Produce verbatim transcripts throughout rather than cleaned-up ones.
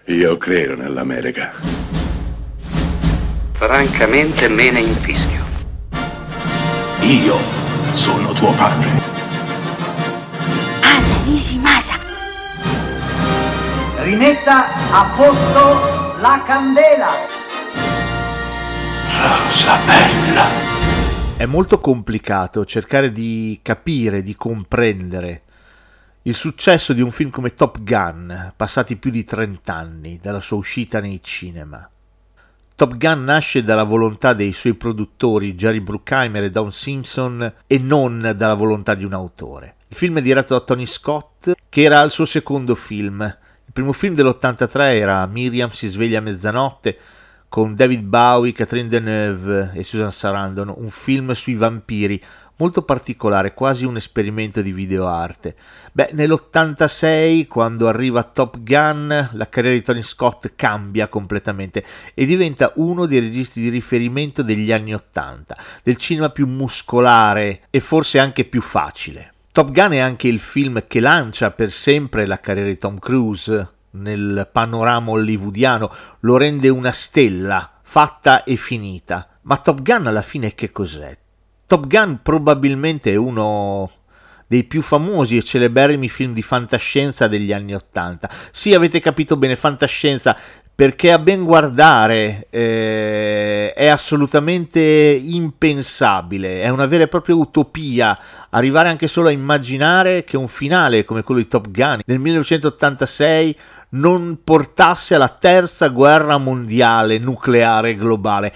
Io credo nell'America. Francamente me ne infischio. Io sono tuo padre. Anna Nishimasa. Rimetta a posto la candela. Rosa bella. È molto complicato cercare di capire, di comprendere il successo di un film come Top Gun, passati più di trent'anni dalla sua uscita nei cinema. Top Gun nasce dalla volontà dei suoi produttori Jerry Bruckheimer e Don Simpson e non dalla volontà di un autore. Il film è diretto da Tony Scott, che era il suo secondo film. Il primo film dell'ottantatré era Miriam si sveglia a mezzanotte, con David Bowie, Catherine Deneuve e Susan Sarandon, un film sui vampiri, molto particolare, quasi un esperimento di videoarte. Beh, nell'ottantasei, quando arriva Top Gun, la carriera di Tony Scott cambia completamente e diventa uno dei registi di riferimento degli anni ottanta, del cinema più muscolare e forse anche più facile. Top Gun è anche il film che lancia per sempre la carriera di Tom Cruise nel panorama hollywoodiano, lo rende una stella fatta e finita. Ma Top Gun alla fine che cos'è? Top Gun probabilmente è uno dei più famosi e celeberrimi film di fantascienza degli anni ottanta. Sì, avete capito bene, fantascienza, perché a ben guardare eh, è assolutamente impensabile, è una vera e propria utopia arrivare anche solo a immaginare che un finale come quello di Top Gun nel millenovecentottantasei non portasse alla terza guerra mondiale nucleare globale.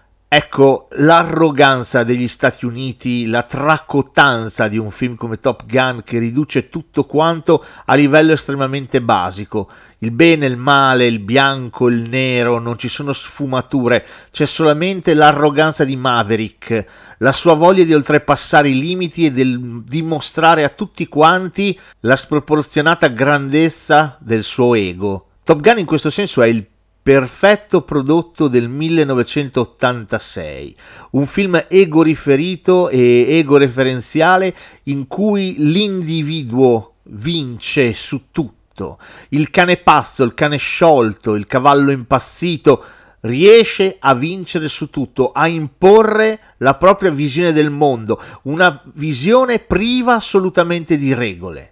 Ecco, l'arroganza degli Stati Uniti, la tracottanza di un film come Top Gun che riduce tutto quanto a livello estremamente basico. Il bene, il male, il bianco, il nero, non ci sono sfumature, c'è solamente l'arroganza di Maverick, la sua voglia di oltrepassare i limiti e del dimostrare a tutti quanti la sproporzionata grandezza del suo ego. Top Gun in questo senso è il perfetto prodotto del millenovecentottantasei, un film ego riferito e ego referenziale in cui l'individuo vince su tutto. Il cane pazzo, il cane sciolto, il cavallo impazzito riesce a vincere su tutto, a imporre la propria visione del mondo, una visione priva assolutamente di regole.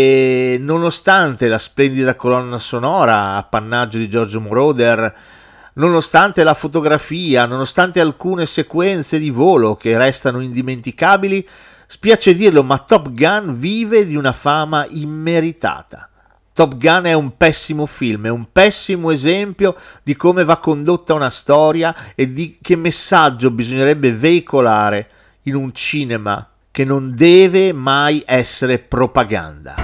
E nonostante la splendida colonna sonora appannaggio di Giorgio Moroder, nonostante la fotografia, nonostante alcune sequenze di volo che restano indimenticabili, spiace dirlo, ma Top Gun vive di una fama immeritata. Top Gun è un pessimo film, è un pessimo esempio di come va condotta una storia e di che messaggio bisognerebbe veicolare in un cinema che non deve mai essere propaganda.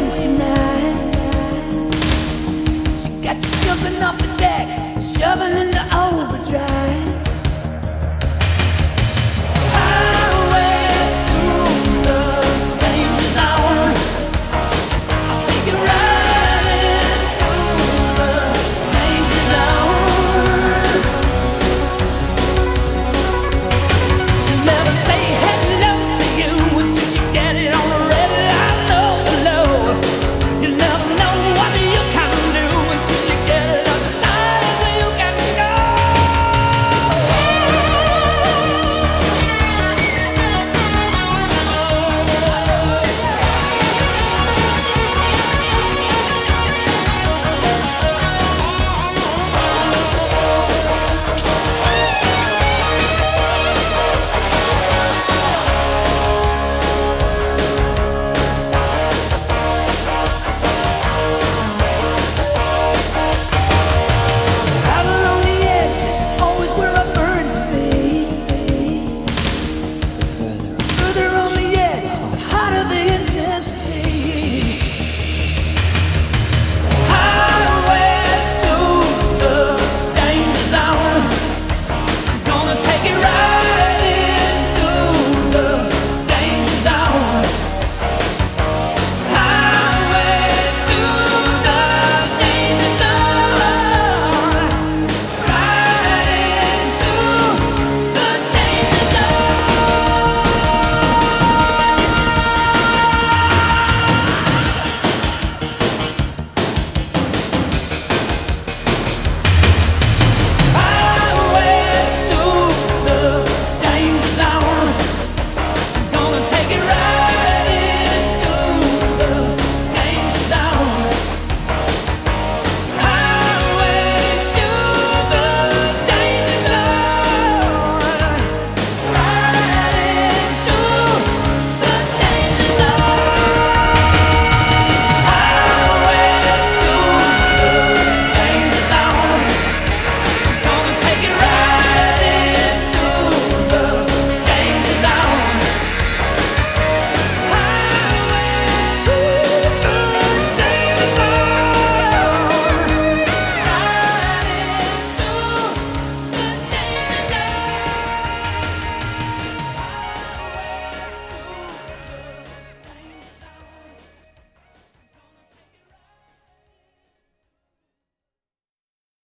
Shoving